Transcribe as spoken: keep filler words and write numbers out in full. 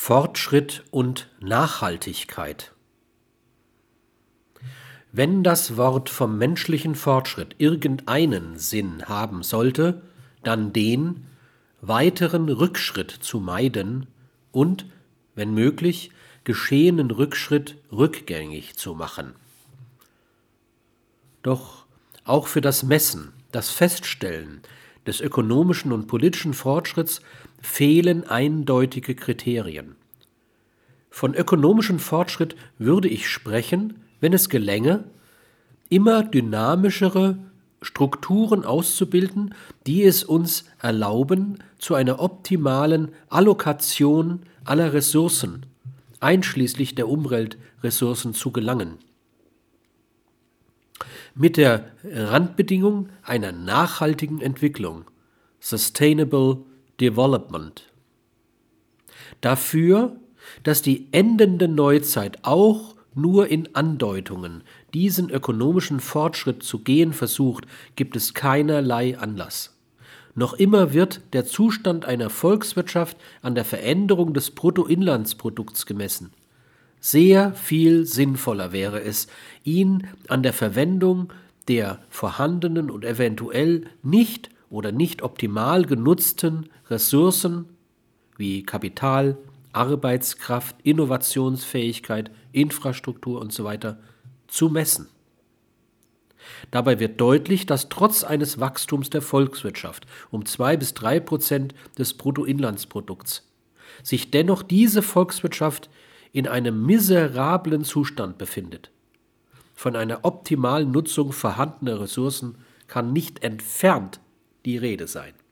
Fortschritt und Nachhaltigkeit. Wenn das Wort vom menschlichen Fortschritt irgendeinen Sinn haben sollte, dann den, weiteren Rückschritt zu meiden und, wenn möglich, geschehenen Rückschritt rückgängig zu machen. Doch auch für das Messen, das Feststellen des ökonomischen und politischen Fortschritts fehlen eindeutige Kriterien. Von ökonomischem Fortschritt würde ich sprechen, wenn es gelänge, immer dynamischere Strukturen auszubilden, die es uns erlauben, zu einer optimalen Allokation aller Ressourcen, einschließlich der Umweltressourcen, zu gelangen. Mit der Randbedingung einer nachhaltigen Entwicklung, Sustainable Development. Dafür, dass die endende Neuzeit auch nur in Andeutungen diesen ökonomischen Fortschritt zu gehen versucht, gibt es keinerlei Anlass. Noch immer wird der Zustand einer Volkswirtschaft an der Veränderung des Bruttoinlandsprodukts gemessen. Sehr viel sinnvoller wäre es, ihn an der Verwendung der vorhandenen und eventuell nicht oder nicht optimal genutzten Ressourcen wie Kapital, Arbeitskraft, Innovationsfähigkeit, Infrastruktur usw. zu messen. Dabei wird deutlich, dass trotz eines Wachstums der Volkswirtschaft um zwei bis drei Prozent des Bruttoinlandsprodukts sich dennoch diese Volkswirtschaft in einem miserablen Zustand befindet. Von einer optimalen Nutzung vorhandener Ressourcen kann nicht entfernt die Rede sein.